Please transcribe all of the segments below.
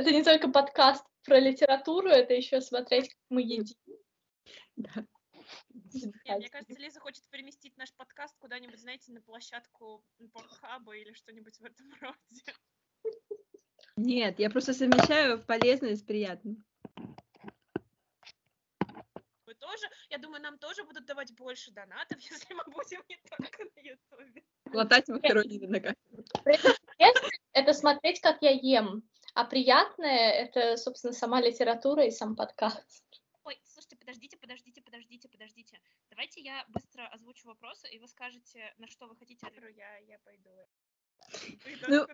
это не только подкаст про литературу, это еще смотреть, как мы едим. Да. Нет, мне кажется, Лиза хочет переместить наш подкаст куда-нибудь, знаете, на площадку Порнхаба или что-нибудь в этом роде. Нет, я просто совмещаю полезное с приятным. Вы тоже, я думаю, нам тоже будут давать больше донатов, если мы будем не только на Ютубе. Глотать макарони на камеру. Это смотреть, как я ем. А приятное — это, собственно, сама литература и сам подкаст. Ой, слушайте, подождите. Давайте я быстро озвучу вопросы, и вы скажете, на что вы хотите. Я пойду. Ну,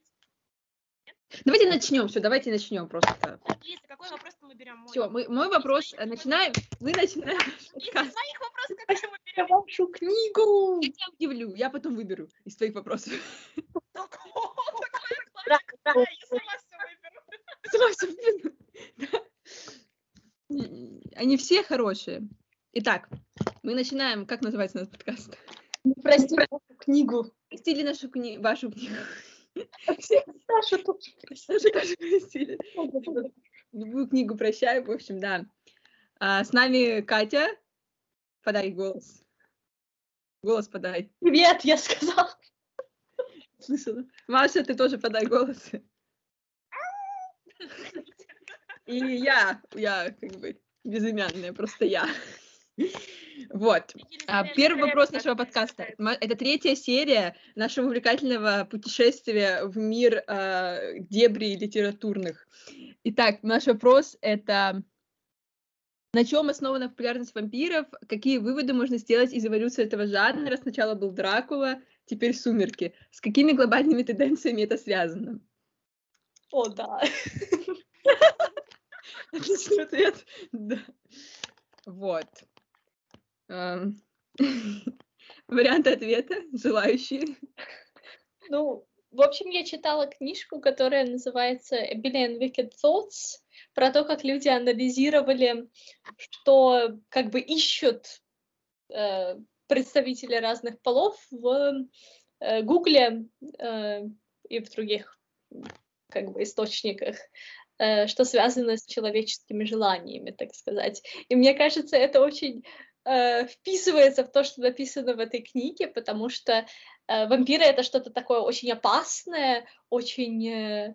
давайте начнем просто. Лиза, какой вопрос мы берем? Все, мой вопрос, начинаем, вы начинаете. Из моих вопросов, какой мы берем? Вашу книгу! Я тебя удивлю, я потом выберу из твоих вопросов. Я сама все выберу. Они все хорошие. Итак, мы начинаем. Как называется наш подкаст? Прости вашу книгу. Простили вашу книгу. Саша тоже простили. Любую книгу прощаю, в общем, да. С нами Катя. Подай голос. Голос подай. Привет, я сказала. Слышала. Маша, ты тоже подай голос. И я как бы безымянная, просто я. Вот. Первый вопрос нашего подкаста. Это 3-я серия нашего увлекательного путешествия в мир дебрей литературных. Итак, наш вопрос — это: на чем основана популярность вампиров? Какие выводы можно сделать из эволюции этого жанра? Сначала был Дракула, теперь «Сумерки». С какими глобальными тенденциями это связано? О, да. Отличный ответ. Да. Вот. Варианты ответа, желающие. Ну, в общем, я читала книжку, которая называется «A Billion Wicked Thoughts», про то, как люди анализировали, что как бы ищут представители разных полов в Гугле и в других как бы источниках, что связано с человеческими желаниями, так сказать. И мне кажется, это очень вписывается в то, что написано в этой книге, потому что вампиры — это что-то такое очень опасное, очень,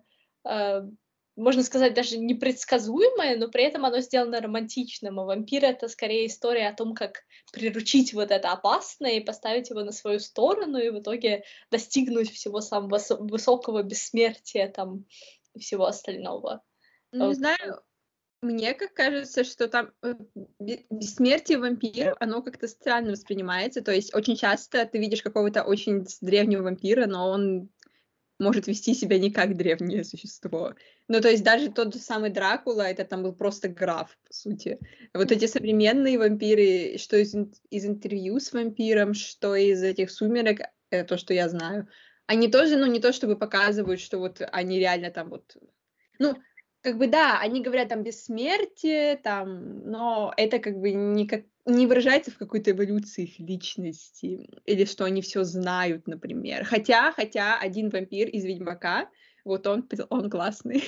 можно сказать, даже непредсказуемое, но при этом оно сделано романтичным, а вампир — это скорее история о том, как приручить вот это опасное и поставить его на свою сторону, и в итоге достигнуть всего самого высокого бессмертия там и всего остального. Не знаю, мне как кажется, что там бессмертие вампиров, оно как-то странно воспринимается, то есть очень часто ты видишь какого-то очень древнего вампира, но он может вести себя не как древнее существо. Ну, то есть даже тот же самый Дракула, это там был просто граф, по сути. Вот эти современные вампиры, что из интервью с вампиром, что из этих «Сумерек», это то, что я знаю, они тоже, ну, не то чтобы показывают, что вот они реально там вот... Ну, как бы да, они говорят там бессмертие, там, но это как бы не выражается в какой-то эволюции их личности, или что они все знают, например. Хотя один вампир из «Ведьмака», вот он классный.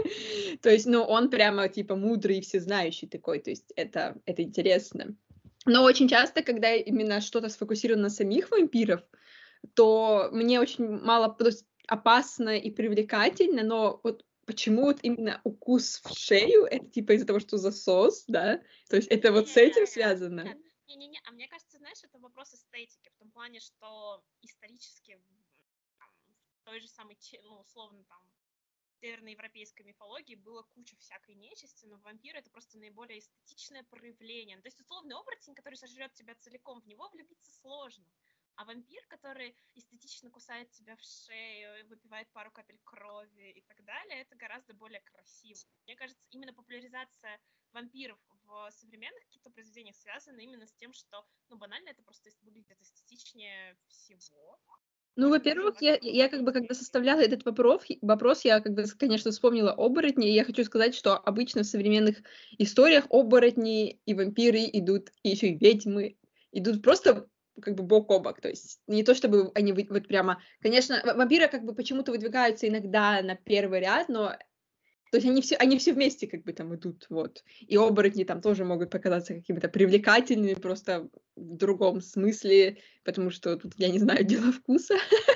То есть, ну, он прямо типа мудрый и всезнающий такой, то есть это интересно. Но очень часто, когда именно что-то сфокусировано на самих вампиров, то мне очень мало, то есть опасно и привлекательно, но вот почему вот именно укус в шею, это типа из-за того, что засос, да? То есть это вот с этим связано? Не-не-не, а мне кажется, знаешь, это вопрос эстетики, в том плане, что исторически там, в той же самой, ну, условно, там, северноевропейской мифологии было куча всякой нечисти, но вампир — это просто наиболее эстетичное проявление. То есть условный оборотень, который сожрет тебя целиком, в него влюбиться сложно. А вампир, который эстетично кусает тебя в шею, выпивает пару капель крови и так далее, это гораздо более красиво. Мне кажется, именно популяризация вампиров в современных каких-то произведениях связана именно с тем, что, ну, банально, это просто выглядит эстетичнее всего. Ну, во-первых, я как бы, когда составляла этот вопрос, я как бы, конечно, вспомнила оборотни, и я хочу сказать, что обычно в современных историях оборотни и вампиры идут, и еще и ведьмы идут просто как бы бок о бок, то есть не то, чтобы они вот прямо... Конечно, вампиры как бы почему-то выдвигаются иногда на первый ряд, но То есть они все вместе как бы там идут, вот. И оборотни там тоже могут показаться какими-то привлекательными, просто в другом смысле, потому что тут, я не знаю, дело вкуса.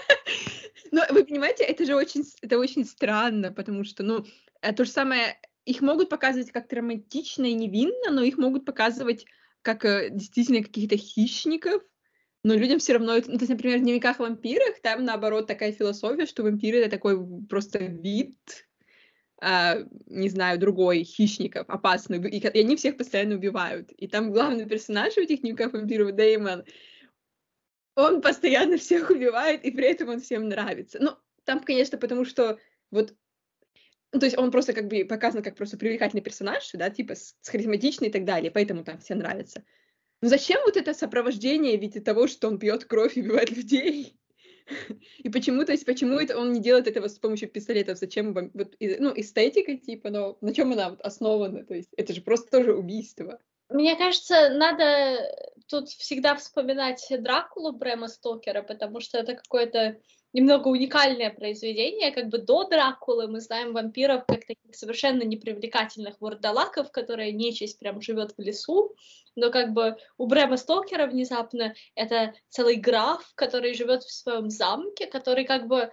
Но вы понимаете, это очень странно, потому что, ну, то же самое, их могут показывать как-то романтично и невинно, но их могут показывать как действительно каких-то хищников, но людям все равно, ну, то есть, например, в «Дневниках о вампирах» там, наоборот, такая философия, что вампиры — это такой просто вид, не знаю, другой, хищников, опасный, и они всех постоянно убивают. И там главный персонаж в этих «Дневниках вампиров» Дэймон, он постоянно всех убивает, и при этом он всем нравится. Ну, там, конечно, потому что вот, ну, то есть он просто как бы показан как просто привлекательный персонаж, да, типа с харизматичный и так далее, поэтому там всем нравится. Но зачем вот это сопровождение в виде того, что он пьет кровь и убивает людей? И почему, то есть, почему это он не делает этого с помощью пистолетов? Зачем вам, вот, ну, эстетика, типа, но на чем она вот основана? То есть, это же просто тоже убийство. Мне кажется, надо тут всегда вспоминать Дракулу Брэма Стокера, потому что это какое-то немного уникальное произведение. Как бы до Дракулы мы знаем вампиров как таких совершенно непривлекательных вурдалаков, которые нечисть прям живет в лесу. Но как бы у Брэма Стокера внезапно это целый граф, который живет в своем замке, который как бы,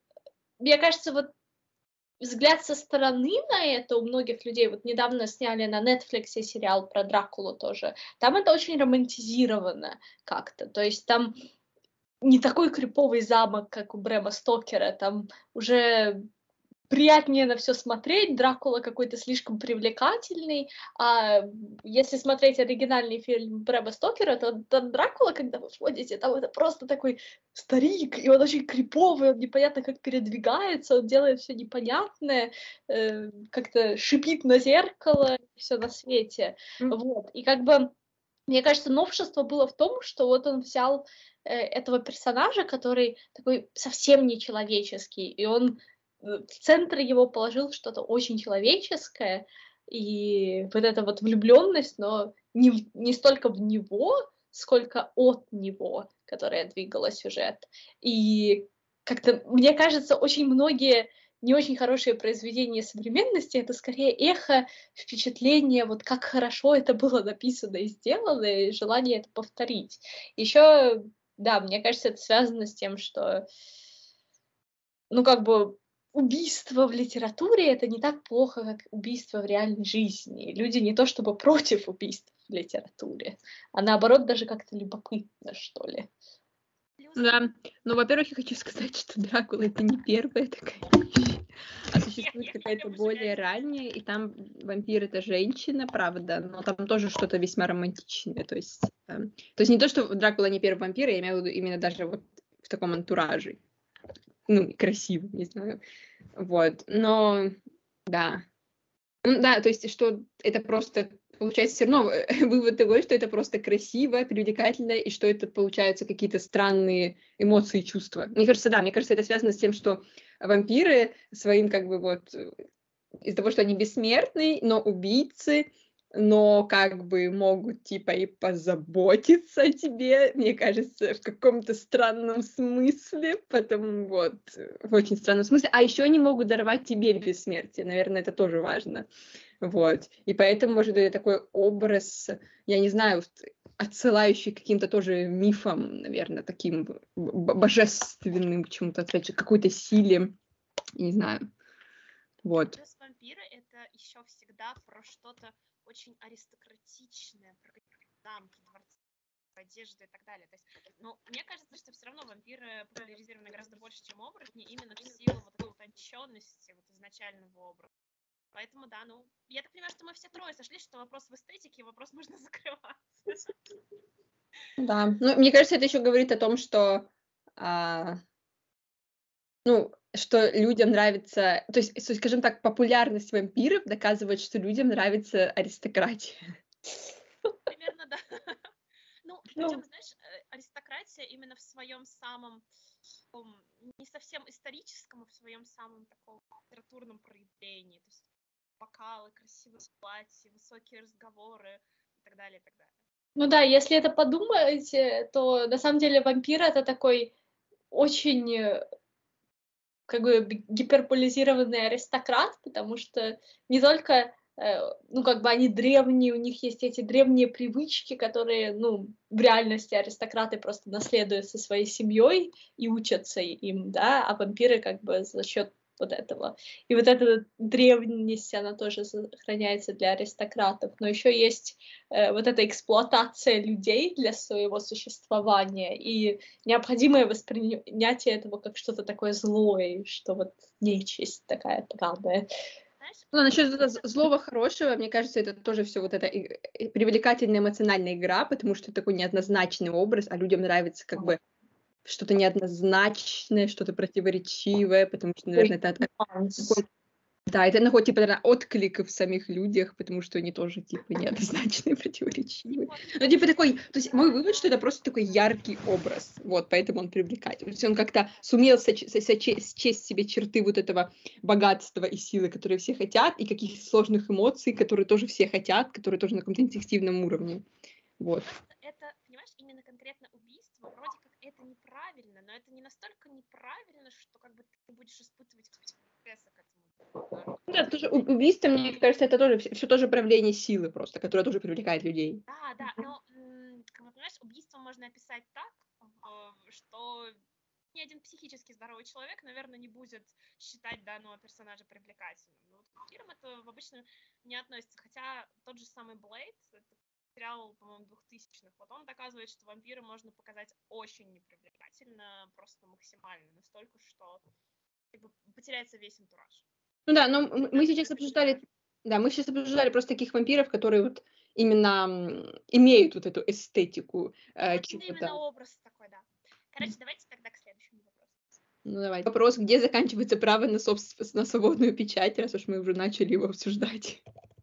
мне кажется, вот взгляд со стороны на это у многих людей, вот недавно сняли на Netflix сериал про Дракулу тоже, там это очень романтизировано как-то, то есть там не такой криповый замок, как у Брэма Стокера, там уже приятнее на все смотреть, Дракула какой-то слишком привлекательный, а если смотреть оригинальный фильм Брэма Стокера, то там Дракула, когда вы входите, там это просто такой старик, и он очень криповый, он непонятно как передвигается, он делает все непонятное, как-то шипит на зеркало, все на свете, вот, и как бы мне кажется, новшество было в том, что вот он взял этого персонажа, который такой совсем нечеловеческий, и он в центр его положил что-то очень человеческое, и вот эта вот влюбленность, но не столько в него, сколько от него, которая двигала сюжет. И как-то, мне кажется, очень многие не очень хорошие произведения современности — это скорее эхо впечатления, вот как хорошо это было написано и сделано, и желание это повторить. Еще, да, мне кажется, это связано с тем, что, ну, как бы, убийство в литературе — это не так плохо, как убийство в реальной жизни. Люди не то чтобы против убийств в литературе, а наоборот даже как-то любопытно, что ли. Да, ну, во-первых, я хочу сказать, что Дракула — это не первая такая вещь, а существует какая-то более ранняя, и там вампир — это женщина, правда, но там тоже что-то весьма романтичное, то есть не то, что Дракула не первый вампир, я имею в виду именно даже вот в таком антураже, ну, красиво, не знаю, вот, но, да, ну, да, то есть, что это просто, получается, все равно вывод такой, что это просто красиво, привлекательно, и что это, получаются какие-то странные эмоции, чувства. Мне кажется, да, мне кажется, это связано с тем, что вампиры своим, как бы, вот, из-за того, что они бессмертны, но убийцы, но как бы могут, типа, и позаботиться о тебе, мне кажется, в каком-то странном смысле, потому вот, в очень странном смысле, а еще они могут даровать тебе бессмертие, наверное, это тоже важно, вот, и поэтому, может быть, такой образ, я не знаю, отсылающий к каким-то тоже мифам, наверное, таким божественным чему-то, опять же, какой-то силе, не знаю. Вот. Образ вампира — это еще всегда про что-то очень аристократичное, про какие-то замки, дворцы, одежды и так далее. То есть, ну, мне кажется, что все равно вампиры популяризированы гораздо больше, чем оборотни, именно в силу вот этой утонченности вот изначального образа. Поэтому, да, ну, я так понимаю, что мы все трое сошлись, что вопрос в эстетике, вопрос можно закрывать. Да, ну, мне кажется, это еще говорит о том, что, ну, что людям нравится, то есть, скажем так, популярность вампиров доказывает, что людям нравится аристократия. Примерно, да. Ну, причем, знаешь, аристократия именно в своем самом, не совсем историческом, а в своем самом таком литературном проявлении. То есть бокалы, красивые платья, высокие разговоры и так далее, и так далее. Ну да, если это подумать, то на самом деле вампир — это такой очень как бы гиперболизированный аристократ, потому что не только, ну, как бы они древние, у них есть эти древние привычки, которые, ну, в реальности аристократы просто наследуют со своей семьей и учатся им, да, а вампиры как бы за счет вот этого. И вот эта древность, она тоже сохраняется для аристократов. Но еще есть вот эта эксплуатация людей для своего существования и необходимое воспринятие этого как что-то такое злое, что вот нечисть такая правда. Ну, насчет злого хорошего, мне кажется, это тоже все вот эта привлекательная эмоциональная игра, потому что такой неоднозначный образ, а людям нравится как бы что-то неоднозначное, что-то противоречивое, потому что, наверное, это такой, да, это находит типа отклик в самих людях, потому что они тоже типа неоднозначные, противоречивые. Ну, типа такой, то есть мой вывод, что это просто такой яркий образ, вот, поэтому он привлекает. То есть он как-то сумел счесть себе черты вот этого богатства и силы, которые все хотят, и каких-то сложных эмоций, которые тоже все хотят, которые тоже на каком-то инстинктивном уровне. Вот. Это, понимаешь, именно конкретно убийство, вроде как это неправильно, но это не настолько неправильно, что как бы ты будешь испытывать стресса к этому. Да, тоже убийство, мне кажется, это тоже все тоже проявление силы просто, которое тоже привлекает людей. Да, но, как бы, понимаешь, убийство можно описать так, что ни один психически здоровый человек, наверное, не будет считать данного персонажа привлекательным. Но вот к вампирам это обычно не относится, хотя тот же самый Блейд, это сериал, по-моему, 2000-х, вот он доказывает, что вампира можно показать очень непривлекательно, просто максимально, настолько, что как бы потеряется весь антураж. Ну да, но мы сейчас обсуждали просто таких вампиров, которые вот именно имеют вот эту эстетику. Именно образ такой, да. Короче, давайте тогда к следующему вопросу. Ну давай. Вопрос, где заканчивается право на свободную печать, раз уж мы уже начали его обсуждать.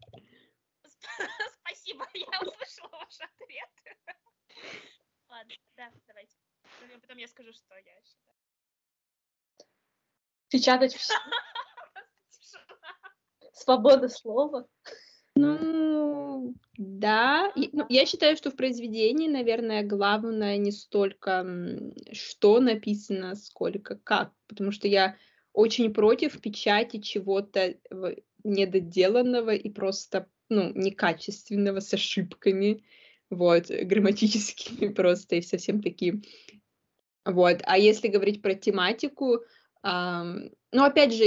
Спасибо, я услышала ваш ответ. Ладно, да, давайте. Потом я скажу, что я считаю. Печатать все. Свобода слова. Ну, да. Я считаю, что в произведении, наверное, главное не столько, что написано, сколько как. Потому что я очень против печати чего-то недоделанного и просто, ну, некачественного, с ошибками, вот, грамматическими просто и совсем таким. Вот. А если говорить про тематику, ну, опять же,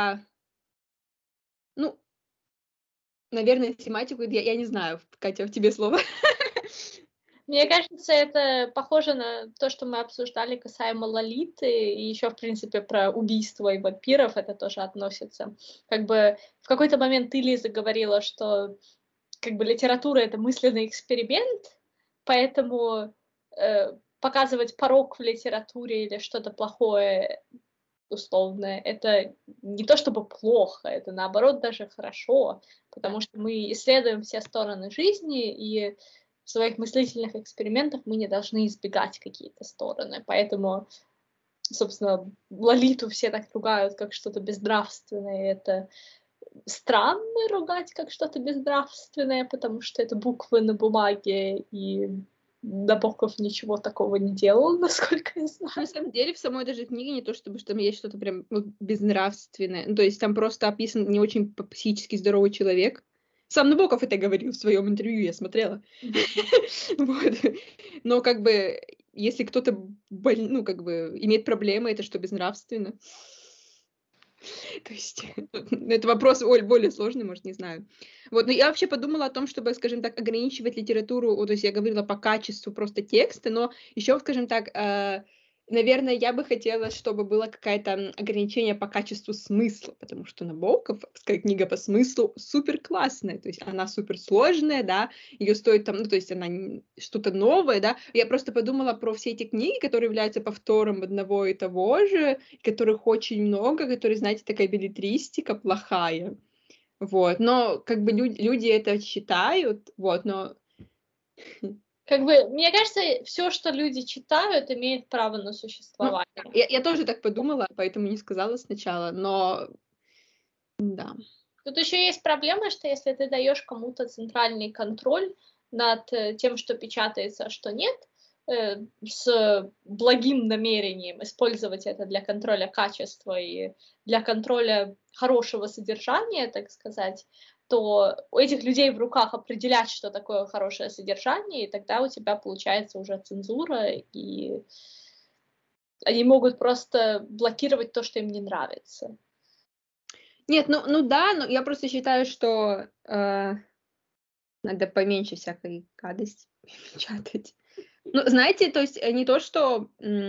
ну, наверное, тематику, я не знаю, Катя, в тебе слово. Мне кажется, это похоже на то, что мы обсуждали касаемо Лолиты, и еще, в принципе, про убийство и вампиров это тоже относится. Как бы в какой-то момент ты, Лиза, говорила, что как бы литература — это мысленный эксперимент, поэтому показывать порок в литературе или что-то плохое условное, это не то чтобы плохо, это наоборот даже хорошо, потому что мы исследуем все стороны жизни, и в своих мыслительных экспериментах мы не должны избегать какие-то стороны. Поэтому, собственно, Лолиту все так ругают как что-то безнравственное. Это странно ругать как что-то безнравственное, потому что это буквы на бумаге, и Набоков ничего такого не делал, насколько я знаю. На самом деле, в самой даже книге не то, чтобы там есть что-то прям безнравственное. Ну, то есть там просто описан не очень психически здоровый человек. Сам Набоков это говорил в своем интервью, я смотрела. Вот. Но как бы, если кто-то ну, как бы имеет проблемы, это что, безнравственно? То есть это вопрос более сложный, может, не знаю. Вот, но я вообще подумала о том, чтобы, скажем так, ограничивать литературу, то есть я говорила по качеству просто текста, но еще, скажем так, наверное, я бы хотела, чтобы было какое-то ограничение по качеству смысла, потому что Набоковская книга по смыслу супер классная, то есть она супер сложная, да, ее стоит там, ну, то есть она что-то новое, да. Я просто подумала про все эти книги, которые являются повтором одного и того же, которых очень много, которые, знаете, такая беллетристика плохая, вот, но как бы люди это читают, вот, но... Как бы, мне кажется, все, что люди читают, имеет право на существование. Ну, я тоже так подумала, поэтому не сказала сначала, но да. Тут еще есть проблема, что если ты даешь кому-то центральный контроль над тем, что печатается, а что нет, с благим намерением использовать это для контроля качества и для контроля хорошего содержания, так сказать, то у этих людей в руках определять, что такое хорошее содержание, и тогда у тебя получается уже цензура, и они могут просто блокировать то, что им не нравится. Нет, ну да, но я просто считаю, что надо поменьше всякой гадости печатать. Ну, знаете, то есть не то, что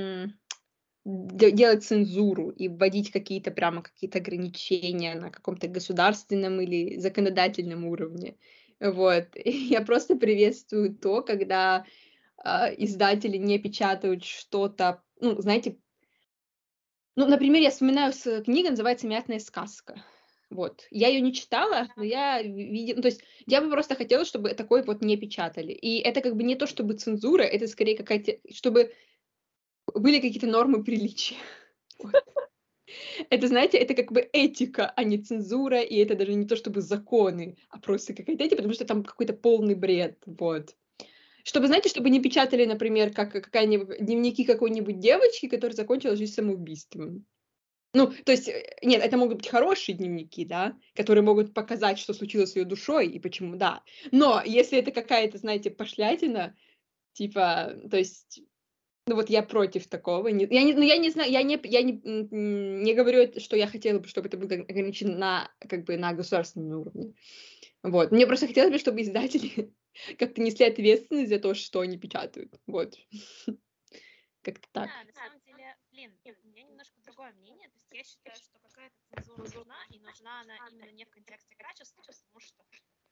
делать цензуру и вводить какие-то прямо какие-то ограничения на каком-то государственном или законодательном уровне. Вот. Я просто приветствую то, когда издатели не печатают что-то, ну, знаете, ну, например, я вспоминаю, книга называется «Мятная сказка». Вот. Я ее не читала, но я видела, ну, то есть я бы просто хотела, чтобы такое вот не печатали. И это как бы не то, чтобы цензура, это скорее какая-то, чтобы были какие-то нормы приличия. Вот. Это, знаете, это как бы этика, а не цензура, и это даже не то чтобы законы, а просто какая-то этика, потому что там какой-то полный бред, вот. Чтобы, знаете, чтобы не печатали, например, как какая-нибудь дневники какой-нибудь девочки, которая закончила жизнь самоубийством. Ну, то есть, нет, это могут быть хорошие дневники, да, которые могут показать, что случилось с ее душой и почему, да. Но если это какая-то, знаете, пошлятина, типа, то есть, ну вот я против такого. Я не знаю, я не говорю, что я хотела бы, чтобы это было ограничено на, как бы, на государственном уровне. Вот. Мне просто хотелось бы, чтобы издатели как-то несли ответственность за то, что они печатают. Вот. Как-то так. Да, на самом деле, блин, у меня немножко другое мнение. То есть я считаю, что какая-то цензура нужна, и нужна она именно не в контексте качества, потому что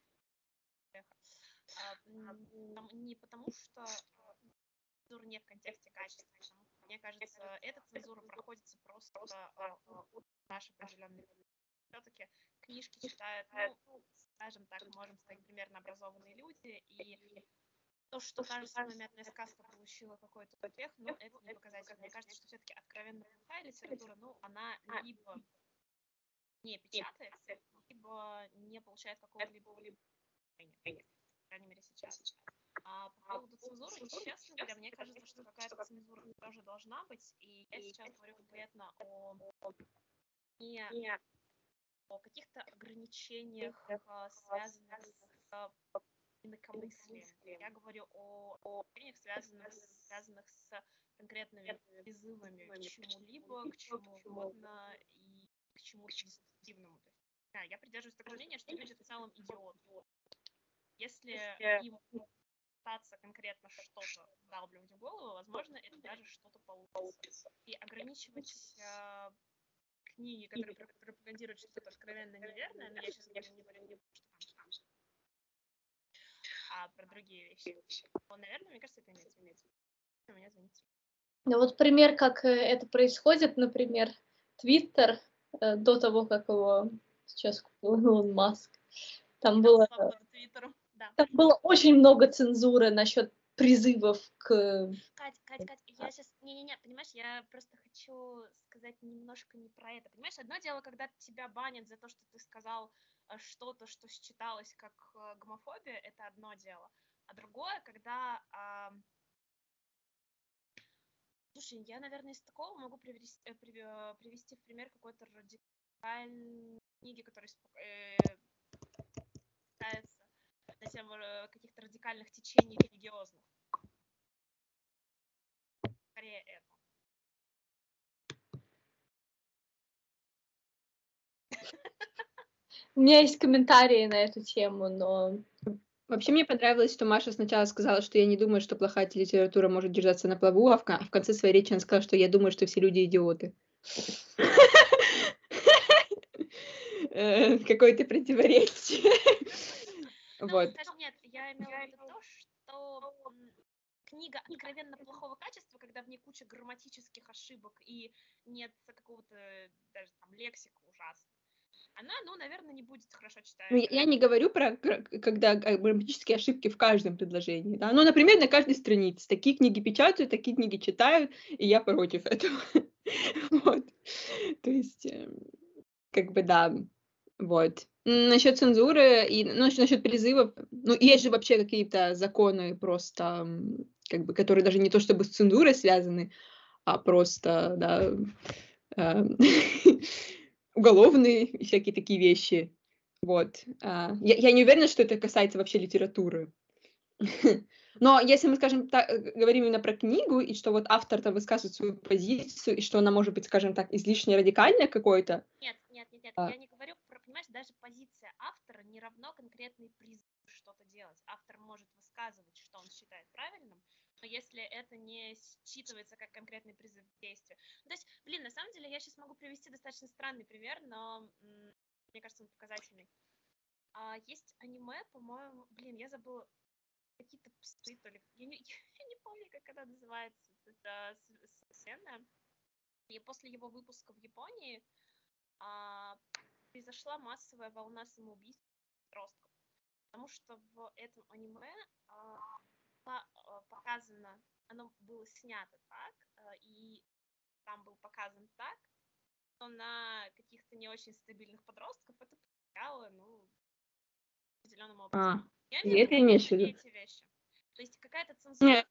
не потому что цензура не в контексте качества, потому что, мне кажется, эта цензура проходится просто наш определенный. Все-таки книжки читают, ну, скажем так, можем сказать, примерно образованные люди, и то, что та же самая «Мятная сказка» получила какой-то успех, ну, это не показатель. Мне кажется, что все-таки откровенно плохая литература, ну, она либо не печатается, либо не получает какого-либо влияния, по крайней мере, сейчас. А по поводу цензуры, честно говоря, мне кажется, что какая-то цензура тоже должна быть, и я сейчас говорю конкретно не о каких-то ограничениях, связанных с инакомыслием. Я говорю о ограничениях, связанных с конкретными призывами к чему-либо, к чему угодно и к чему-то деструктивному. То есть, да, я придерживаюсь такого мнения, что люди в целом идиоты. Если им пытаться конкретно что-то вдалбливать в голову, возможно, это даже что-то получится. И ограничивать книги, которые пропагандируют что-то откровенно неверное, но я сейчас не говорю не что там, а про другие вещи. Но, наверное, мне кажется, это имеется. У меня звонит. Ну вот пример, как это происходит, например, Твиттер, до того, как его сейчас купил Илон Маск. Там было очень много цензуры насчет призывов к... Кать, я сейчас... Не-не-не, понимаешь, я просто хочу сказать немножко не про это. Понимаешь, одно дело, когда тебя банят за то, что ты сказал что-то, что считалось как гомофобия, это одно дело. А другое, когда... Слушай, я, наверное, из такого могу привести в пример какой-то радикальной книги, которая пытается на тему каких-то радикальных течений религиозных. Скорее это. У меня есть комментарии на эту тему, но... Вообще мне понравилось, что Маша сначала сказала, что я не думаю, что плохая литература может держаться на плаву, а в конце своей речи она сказала, что я думаю, что все люди идиоты. Какое-то противоречие. Вот. Нет, я имела в виду то, что книга откровенно плохого качества, когда в ней куча грамматических ошибок и нет какого-то даже там лексика ужасного. Она, ну, наверное, не будет хорошо читать. Я не говорю про, когда грамматические ошибки в каждом предложении, да, ну, например, на каждой странице. Такие книги печатают, такие книги читают, и я против этого. Вот. То есть, как бы, да, вот. Насчет цензуры и, ну, насчет призывов, ну, есть же вообще какие-то законы просто, как бы, которые даже не то чтобы с цензурой связаны, а просто, да, уголовные и всякие такие вещи. Вот. Я не уверена, что это касается вообще литературы. Но если мы, скажем так, говорим именно про книгу, и что вот автор там высказывает свою позицию, и что она может быть, скажем так, излишне радикальная какой-то. Нет, я не говорю про, понимаешь, даже позиция автора не равно конкретный призыв что-то делать. Автор может высказывать, что он считает правильным, но если это не считывается как конкретный призыв к действию. То есть, блин, на самом деле я сейчас могу привести достаточно странный пример, но мне кажется, он показательный. Есть аниме, по-моему, блин, я забыла, какие-то псы, то ли, я не помню, как это называется, это вселенная. И после его выпуска в Японии произошла массовая волна самоубийств подростков, потому что в этом аниме показано, оно было снято так, и там был показан так, что на каких-то не очень стабильных подростков это повлияло, ну, определенным образом. Я имею в виду эти вещи. То есть какая-то цензура,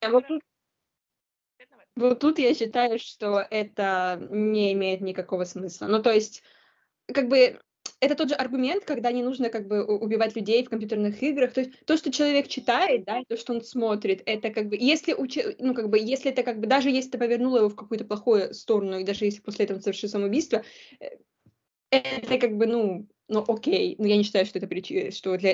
вот тут я считаю, что это не имеет никакого смысла. Ну, то есть, как бы, это тот же аргумент, когда не нужно, как бы, убивать людей в компьютерных играх. То есть, то, что человек читает, да, то, что он смотрит, это, как бы, если, ну, как бы, если это, как бы, даже если ты повернула его в какую-то плохую сторону, и даже если после этого он совершил самоубийство, это, как бы, ну, окей. Но я не считаю, что это причина, что для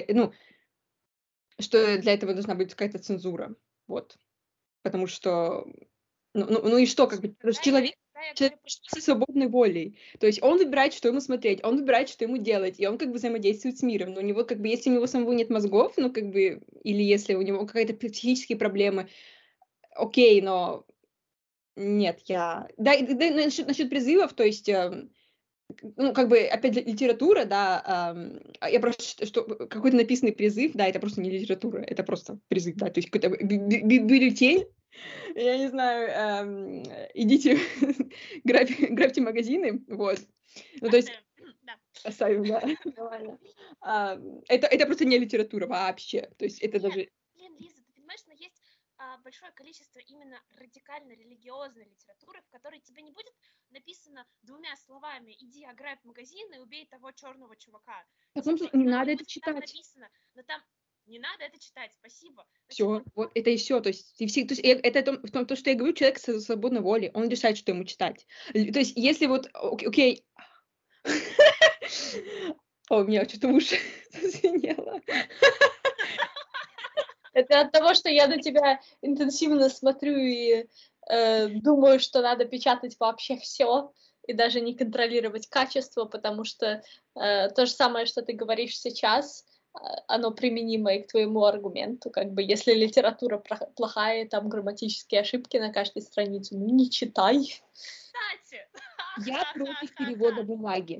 этого должна быть какая-то цензура. Вот. Потому что ну и что, как бы, человек со свободной волей. То есть он выбирает, что ему смотреть, он выбирает, что ему делать, и он как бы взаимодействует с миром. Но у него, как бы, если у него самого нет мозгов, ну, как бы, или если у него какие-то психические проблемы, окей, но нет, Да, насчет призывов, то есть, ну, как бы, опять же, литература, да, я просто, что какой-то написанный призыв, да, это просто не литература, это просто призыв, да, то есть какой-то бюллетень, я не знаю, идите, грабьте магазины, вот. Ну, то есть, оставим, да, нормально. Это просто не литература вообще, то есть это даже... Блин, Лиза, ты понимаешь, но есть большое количество именно радикально-религиозной литературы, в которой тебе не будет написано двумя словами: иди ограбь магазин и убей того черного чувака. Не надо это читать. Написано, но там не надо это читать, спасибо. Все, вот это и все. То есть это то, что я говорю, человек со свободной волей, он решает, что ему читать. То есть если вот, окей... О, у меня что-то в уши зазвенело. Это от того, что я на тебя интенсивно смотрю и думаю, что надо печатать вообще все и даже не контролировать качество, потому что то же самое, что ты говоришь сейчас, оно применимо и к твоему аргументу. Как бы если литература плохая, там грамматические ошибки на каждой странице, ну не читай. Кстати! Я против перевода бумаги.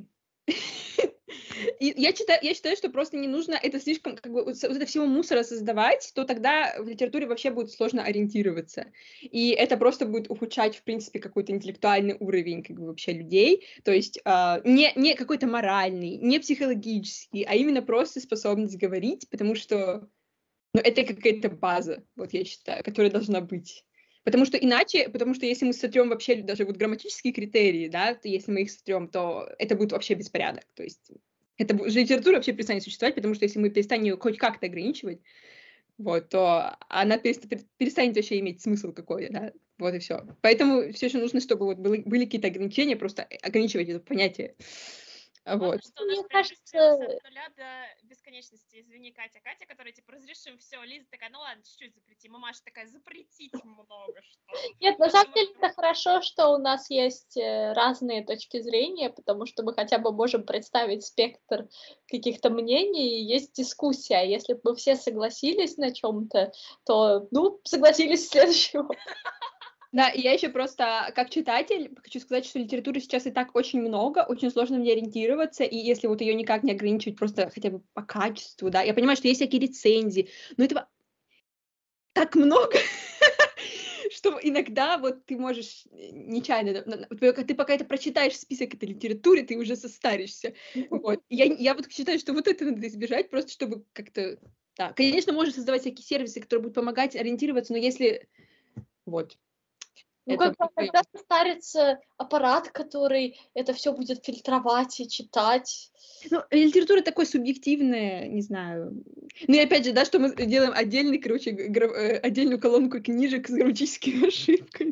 И я считаю, что просто не нужно это слишком, как бы, вот это всего мусора создавать, то тогда в литературе вообще будет сложно ориентироваться. И это просто будет ухудшать, в принципе, какой-то интеллектуальный уровень, как бы, вообще людей. То есть не какой-то моральный, не психологический, а именно просто способность говорить, потому что это какая-то база, вот я считаю, которая должна быть. Потому что если мы сотрем вообще даже вот грамматические критерии, да, то если мы их сотрем, то это будет вообще беспорядок. То есть литература вообще перестанет существовать, потому что если мы перестанем ее хоть как-то ограничивать, вот, то она перестанет вообще иметь смысл какой-то, да, вот и все. Поэтому все еще нужно, чтобы вот были какие-то ограничения, просто ограничивать это понятие. Вот. Что у нас кажется... от нуля до бесконечности. Извини, Катя, которая, типа, разрешим все. Лиза такая, ну ладно, чуть-чуть запрети. Мамаша такая, запретить много что. Нет, на самом деле это хорошо, что у нас есть разные точки зрения, потому что мы хотя бы можем представить спектр каких-то мнений, и есть дискуссия. Если бы мы все согласились на чем-то, то, согласились с следующего. Да, и я еще просто, как читатель, хочу сказать, что литературы сейчас и так очень много, очень сложно мне ориентироваться, и если вот ее никак не ограничивать просто хотя бы по качеству, да, я понимаю, что есть всякие рецензии, но этого так много, что иногда вот ты можешь нечаянно, ты пока это прочитаешь список этой литературы, ты уже состаришься. Вот. Я вот считаю, что вот это надо избежать, просто чтобы как-то... Да, конечно, можно создавать всякие сервисы, которые будут помогать ориентироваться, но если Вот. Ну, Это как бы когда состарится аппарат, который это все будет фильтровать и читать. Ну, литература такое субъективное, не знаю. Ну и опять же, да, что мы делаем отдельный, короче, отдельную колонку книжек с грамматическими ошибками.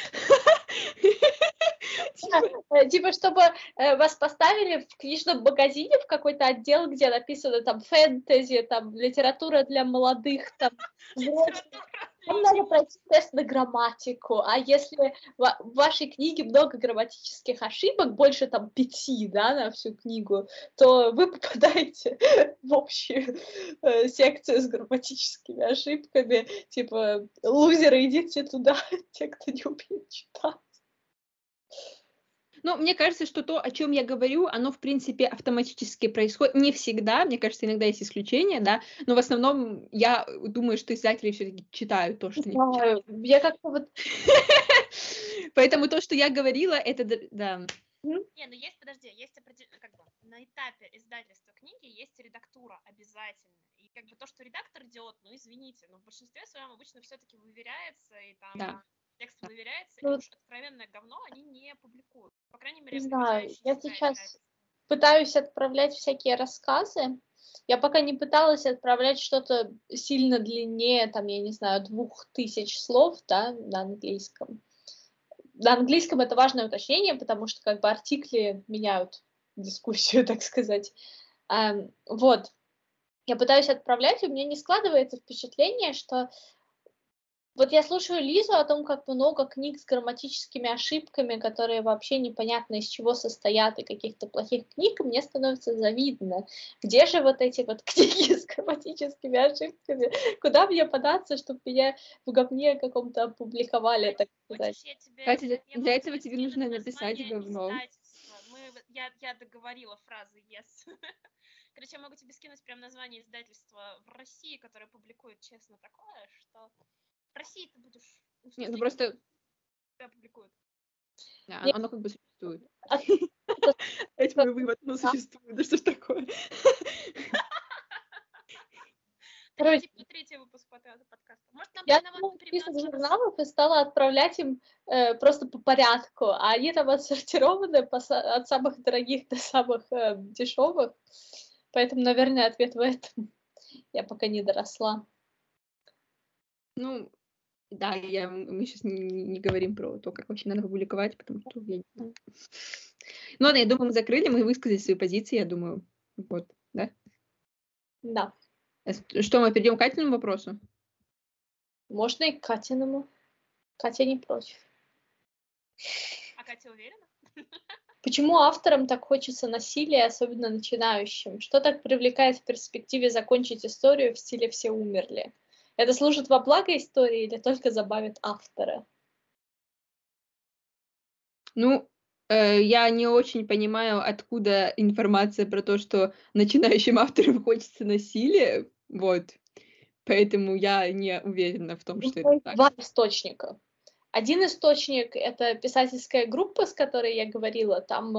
Типа, чтобы вас поставили в книжном магазине в какой-то отдел, где написано там фэнтези, там литература для молодых, там взрослых. Вам надо пройти тест на грамматику, а если в вашей книге много грамматических ошибок, больше там 5, да, на всю книгу, то вы попадаете в общую секцию с грамматическими ошибками. Типа, лузеры, идите туда, те, кто не умеет читать. Ну, мне кажется, что то, о чем я говорю, оно, в принципе, автоматически происходит. Не всегда, мне кажется, иногда есть исключения, да, но в основном я думаю, что издатели все-таки читают то, что они Знаю, я как-то вот... Поэтому то, что я говорила, это, да. Не, ну есть, подожди, есть как бы на этапе издательства книги есть редактура обязательно. И как бы то, что редактор делает, ну извините, но в большинстве своем обычно все-таки выверяется, и там текст выверяется, и уж откровенное говно они не публикуют. По крайней мере, Не знаю, я сейчас издательство. Пытаюсь отправлять всякие рассказы. Я пока не пыталась отправлять что-то сильно длиннее, там, я не знаю, 2000 слов, да, на английском. На английском это важное уточнение, потому что как бы артикли меняют дискуссию, так сказать. Вот. Я пытаюсь отправлять, и у меня не складывается впечатление, что вот я слушаю Лизу о том, как много книг с грамматическими ошибками, которые вообще непонятно из чего состоят, и каких-то плохих книг, и мне становится завидно. Где же вот эти вот книги с грамматическими ошибками? Куда мне податься, чтобы меня в говне каком-то опубликовали, так сказать? Катя, для этого тебе нужно написать говно. Я договорила фразы «yes». Короче, я могу тебе скинуть прям название издательства в России, которое публикует честно такое, что в России ты будешь... Нет, ну просто... Публикуют. Да, оно как бы существует. Это мой вывод, оно существует. Да что ж такое? Третий выпуск подкаста. Может, нам я список журналов и стала отправлять им просто по порядку, а они там отсортированы от самых дорогих до самых дешевых. Поэтому, наверное, ответ в этом. Я пока не доросла. Ну, да, мы сейчас не говорим про то, как вообще надо публиковать, потому что я не знаю. Ну ладно, я думаю, мы закрыли, мы высказали свои позиции, я думаю. Вот, да? Да. Что, мы перейдем к Катиному вопросу? Можно и к Катиному. Катя не против. А Катя уверена? Почему авторам так хочется насилия, особенно начинающим? Что так привлекает в перспективе закончить историю в стиле «все умерли»? Это служит во благо истории или только забавит автора? Ну, я не очень понимаю, откуда информация про то, что начинающим авторам хочется насилия, вот. Поэтому я не уверена в том, что это так. Два источника. Один источник — это писательская группа, с которой я говорила. Там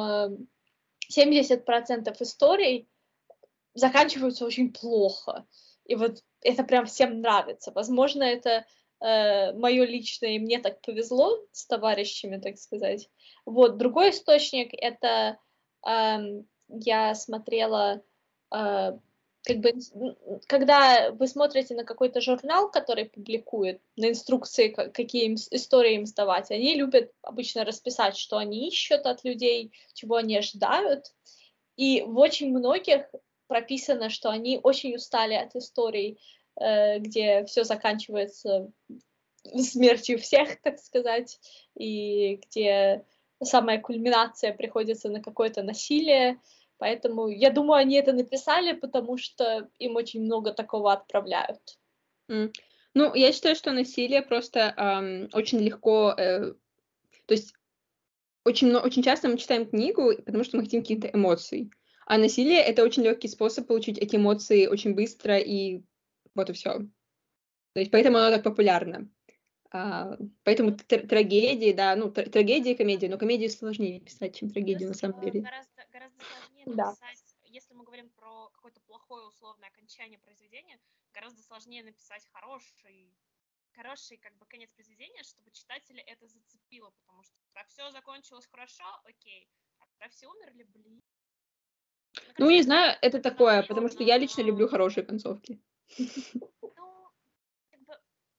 70% историй заканчиваются очень плохо. И вот это прям всем нравится. Возможно, это мое личное, и мне так повезло с товарищами, так сказать. Вот, другой источник — это я смотрела, как бы, когда вы смотрите на какой-то журнал, который публикует, на инструкции, какие истории им сдавать, они любят обычно расписать, что они ищут от людей, чего они ожидают. И в очень многих прописано, что они очень устали от историй, где все заканчивается смертью всех, так сказать, и где самая кульминация приходится на какое-то насилие. Поэтому я думаю, они это написали, потому что им очень много такого отправляют. Ну, я считаю, что насилие просто очень легко... то есть очень часто мы читаем книгу, потому что мы хотим каких-то эмоций. А насилие — это очень легкий способ получить эти эмоции очень быстро, и вот и все. То есть поэтому оно так популярно. Поэтому трагедии, да, ну, трагедии, комедии, но комедии сложнее писать, чем трагедию, на самом деле. Гораздо сложнее написать, если мы говорим про какое-то плохое условное окончание произведения, гораздо сложнее написать хороший хороший как бы конец произведения, чтобы читателя это зацепило, потому что когда все закончилось хорошо, окей, а когда все умерли, блин. Ну, не знаю, это такое, потому что я лично люблю хорошие концовки. Ну, как бы...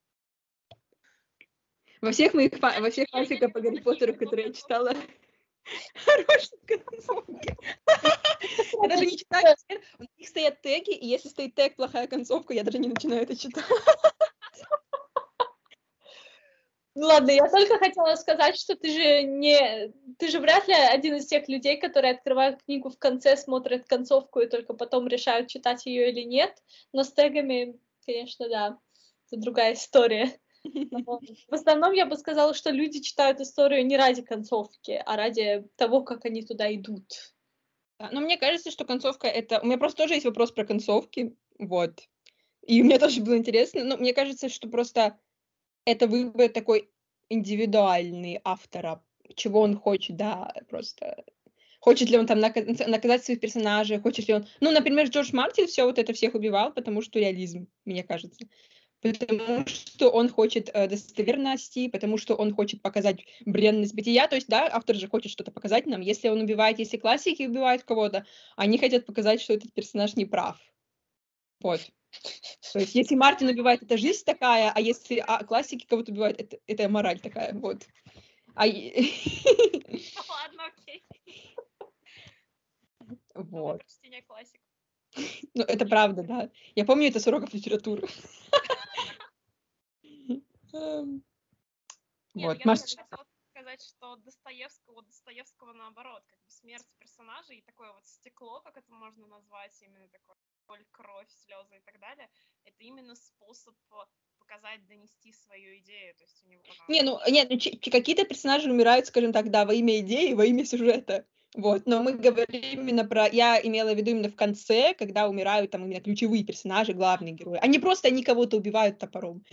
Во всех фанфиках по Гарри Поттеру, которые я читала, хорошие концовки. Я даже не читаю, у них стоят теги, и если стоит тег «плохая концовка», я даже не начинаю это читать. Ну ладно, я только хотела сказать, что ты же вряд ли один из тех людей, которые открывают книгу в конце, смотрят концовку и только потом решают, читать ее или нет. Но с тегами, конечно, да, это другая история. Но в основном я бы сказала, что люди читают историю не ради концовки, а ради того, как они туда идут. Но мне кажется, что концовка это... У меня просто тоже есть вопрос про концовки, вот. И мне тоже было интересно, но мне кажется, что просто это выбор такой индивидуальный автора, чего он хочет, да, просто... Хочет ли он там наказать своих персонажей, хочет ли он... Ну, например, Джордж Мартин все вот это всех убивал, потому что реализм, мне кажется. Потому что он хочет достоверности, потому что он хочет показать бренность бытия. То есть, да, автор же хочет что-то показать нам. Если он убивает, если классики убивают кого-то, они хотят показать, что этот персонаж не прав. Вот. То есть, если Мартин убивает, это жизнь такая, а если классики кого-то убивают, это мораль такая. Вот. Ладно, окей. Вот. Прочтение классик. Ну, это правда, да. Я помню это с уроков литературы. Нет, Вот, я Маша. хотела сказать, что Достоевского наоборот, как бы смерть персонажей и такое вот стекло, как это можно назвать, именно такое боль, кровь, слезы и так далее, это именно способ показать, донести свою идею, то есть у него там... Какие-то персонажи умирают, скажем так, да, во имя идеи, во имя сюжета. Вот, но мы говорим именно про... Я имела в виду именно в конце, когда умирают там именно ключевые персонажи, главные герои. Они кого-то убивают топором.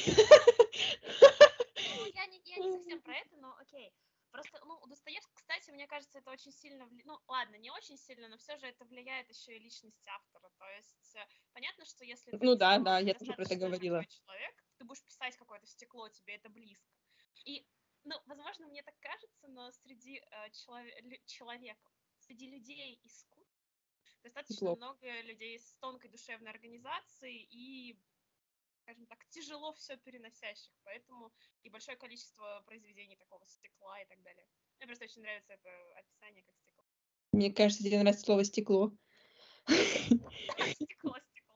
Ну, я не совсем про это, но окей. Просто, ну, у Достоевского, кстати, мне кажется, это очень сильно... Ну, ладно, не очень сильно, но все же это влияет еще и личность автора. То есть, понятно, что если ты Ну да, я тоже про это говорила. Человек, ты будешь писать какое-то стекло, тебе это близко. И, ну, возможно, мне так кажется, но среди человека, среди людей искусства достаточно много людей с тонкой душевной организацией и, скажем так, тяжело все переносящих, поэтому и большое количество произведений такого стекла и так далее. Мне просто очень нравится это описание как стекло. Мне кажется, тебе нравится слово «стекло». Стекло.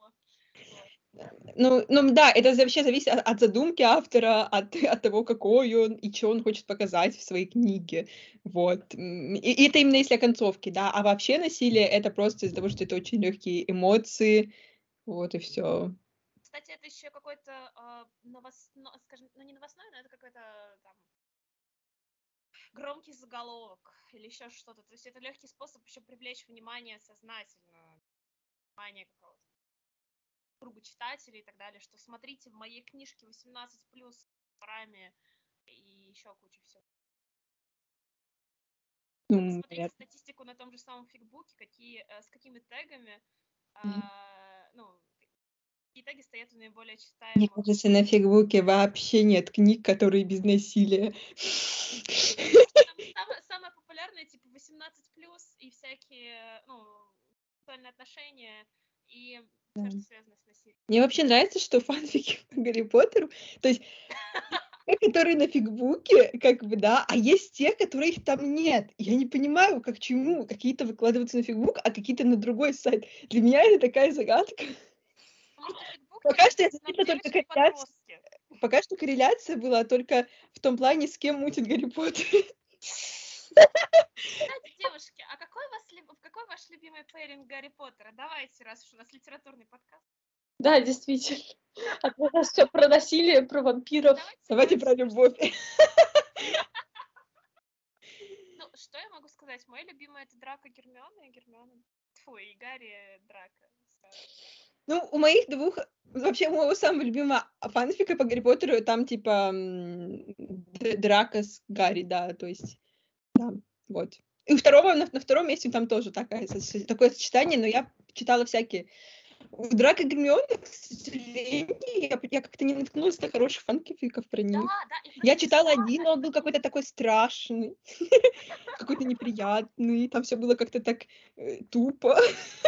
Ну да, это вообще зависит от задумки автора, от того, какой он и что он хочет показать в своей книге. Вот. И это именно если о концовке, да. А вообще насилие это просто из-за того, что это очень легкие эмоции. Вот и все. Кстати, это еще какой-то скажем, ну не новостной, но это какой-то там громкий заголовок или еще что-то. То есть это легкий способ еще привлечь внимание сознательно, внимание какого-то круга читателей и так далее, что смотрите, в моей книжке 18+ с парами и еще куча всего. Посмотрите статистику на том же самом Фигбуке, с какими тегами, ну, какие теги стоят у наиболее читаемых. Мне кажется, на Фигбуке вообще нет книг, которые без насилия. Самое популярное, типа 18+, и всякие, ну, сексуальные отношения, и все, что связано с насилием. Мне вообще нравится, что фанфики по Гарри Поттеру, то есть которые на Фигбуке, как бы, да, а есть те, которых там нет. Я не понимаю, как чему какие-то выкладываются на Фигбук, а какие-то на другой сайт. Для меня это такая загадка. Пока что это только корреляция. Пока что корреляция была только в том плане, с кем мутит Гарри Поттер. Кстати, девушки, а какой ваш любимый пэринг Гарри Поттера? Давайте, раз уж у нас литературный подкаст. Да, действительно. А у нас все про насилие, про вампиров. Давайте про любовь. Ну, что я могу сказать? Мой любимый это Драко Гермиона. Фу, и Гарри Драко. Ну, у моих двух... Вообще, у моего самого любимого фанфика по Гарри Поттеру там, типа, Драко с Гарри, да, то есть, да, вот. И у второго, на втором месте там тоже такое сочетание, но я читала всякие в Драко и Гермионе, к сожалению, я как-то не наткнулась на хороших фанфиков про них. Да, и Я просто читала всё один, но он был какой-то такой страшный, какой-то неприятный, там все было как-то так тупо.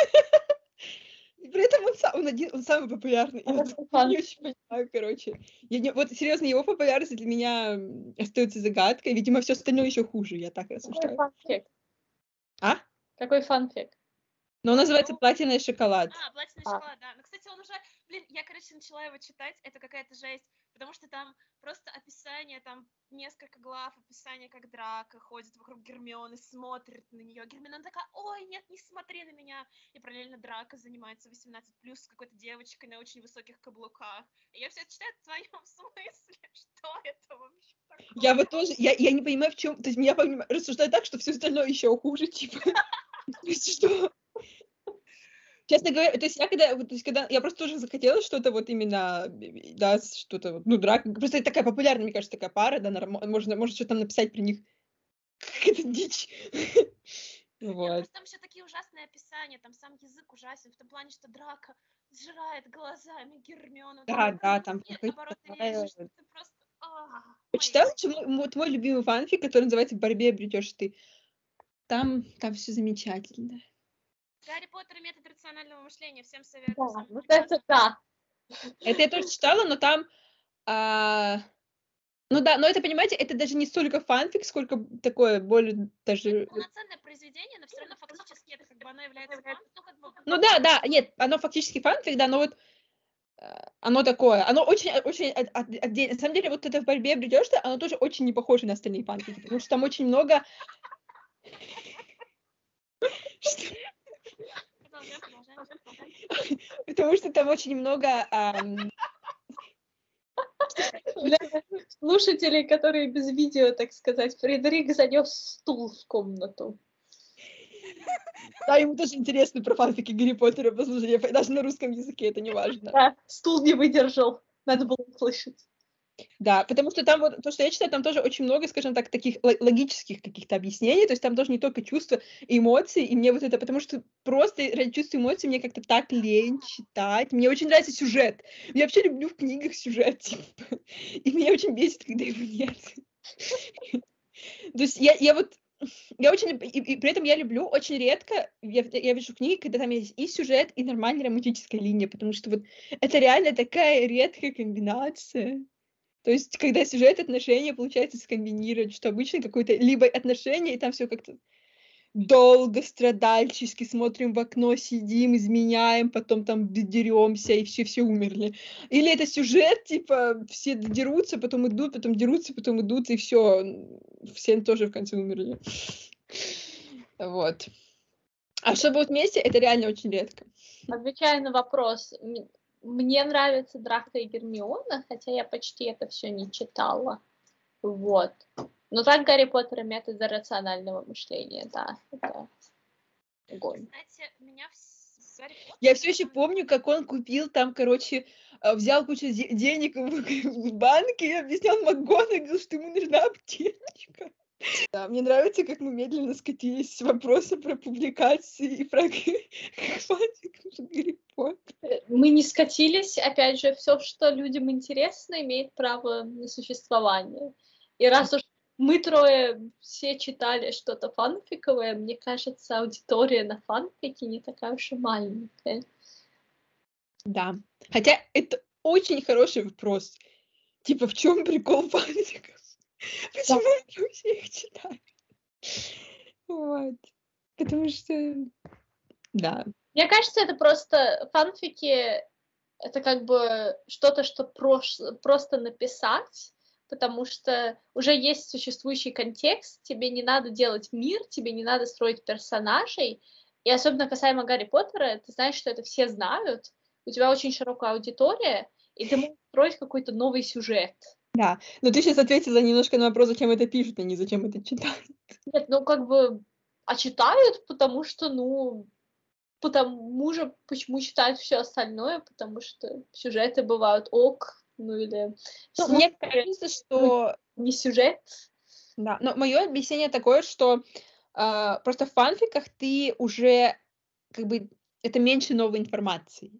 И при этом он самый популярный. Я не очень понимаю, короче. Вот серьезно, его популярность для меня остается загадкой. Видимо, все остальное еще хуже, я так Какой рассуждаю. фанфик? А? Какой фанфик? Но он называется «Платиновый шоколад». «Платиновый шоколад», да. Ну, кстати, он уже, я, короче, начала его читать, это какая-то жесть, потому что там просто описание, там несколько глав, описание, как Драко ходит вокруг Гермионы, смотрит на нее. Гермиона такая: ой, нет, не смотри на меня. И параллельно Драко занимается 18+ с какой-то девочкой на очень высоких каблуках. И я все это читаю в твоем смысле. Что это вообще такое? Я вот тоже, я не понимаю, в чем. То есть я рассуждаю так, что все остальное еще хуже, типа. Что? Честно говоря, то есть когда я просто тоже захотела что-то вот именно, да, что-то вот, ну, Драко, просто это такая популярная, мне кажется, такая пара, да, может что-то там написать про них. Какая-то дичь. Вот. Просто там еще такие ужасные описания, там сам язык ужасен, в том плане, что Драко сжирает глазами Гермиону. Да, там наоборот, ты режешь, ты просто... Почитала мой любимый фанфик, который называется «В борьбе обретешь ты». Там все замечательно. Гарри Поттер и метод рационального мышления, всем советую. Да, вот это да. Это я тоже читала, но там... Ну да, но это, понимаете, это даже не столько фанфик, сколько такое более даже... Это полноценное произведение, но все равно фактически это как бы оно является фанфиком. Ну да, нет, оно фактически фанфик, да, но вот оно такое, оно очень отдельно. На самом деле, вот это «В борьбе обретешь ты», оно тоже очень не похоже на остальные фанфики, потому что там очень много... Потому что там очень много... Для слушателей, которые без видео, так сказать, Фредерик занес стул в комнату. Да, ему тоже интересно про фанфики Гарри Поттера послушать, даже на русском языке, это не важно. Да, стул не выдержал, надо было услышать. Да, потому что там вот, то, что я читаю, там тоже очень много, скажем так, таких логических каких-то объяснений, то есть там тоже не только чувства и эмоции, и мне вот это, потому что просто ради чувств и эмоций мне как-то так лень читать, мне очень нравится сюжет, я вообще люблю в книгах сюжет, типа, и меня очень бесит, когда его нет. То есть я очень, и при этом я люблю очень редко, я вижу книги, когда там есть и сюжет, и нормальная романтическая линия, потому что вот это реально такая редкая комбинация. То есть, когда сюжет, отношения получается скомбинировать, что обычно какое-то либо отношения, и там все как-то долго, страдальчески смотрим в окно, сидим, изменяем, потом там деремся, и все умерли. Или это сюжет, типа, все дерутся, потом идут, потом дерутся, потом идут, и все тоже в конце умерли. Вот. А чтобы вот вместе, это реально очень редко. Отвечая на вопрос, мне нравится Драко и Гермиона, хотя я почти это все не читала. Вот. Но так Гарри Поттер и метод рационального мышления, да, это огонь. Кстати, меня Я все еще помню, как он купил там, короче, взял кучу денег в банке и объяснял МакГонагал, что ему нужна аптечка. Да, мне нравится, как мы медленно скатились с вопроса про публикации и про фанфик Гарри Поттера. Мы не скатились, опять же, все, что людям интересно, имеет право на существование. И раз уж мы трое все читали что-то фанфиковое, мне кажется, аудитория на фанфике не такая уж и маленькая. Да, хотя это очень хороший вопрос. Типа, в чем прикол фанфиков? Почему мы все их читаем? Вот. Потому что, да. Мне кажется, это просто фанфики, это как бы что-то, что просто написать, потому что уже есть существующий контекст, тебе не надо делать мир, тебе не надо строить персонажей, и особенно касаемо Гарри Поттера, ты знаешь, что это все знают, у тебя очень широкая аудитория, и ты можешь строить какой-то новый сюжет. Да, но ты сейчас ответила немножко на вопрос, зачем это пишут, а не зачем это читают. Нет, ну как бы, а читают, потому что, ну, потому же, почему читают все остальное, потому что сюжеты бывают ок, ну или... Ну, мне кажется, что... Не сюжет. Да, но мое объяснение такое, что просто в фанфиках ты уже, как бы, это меньше новой информации.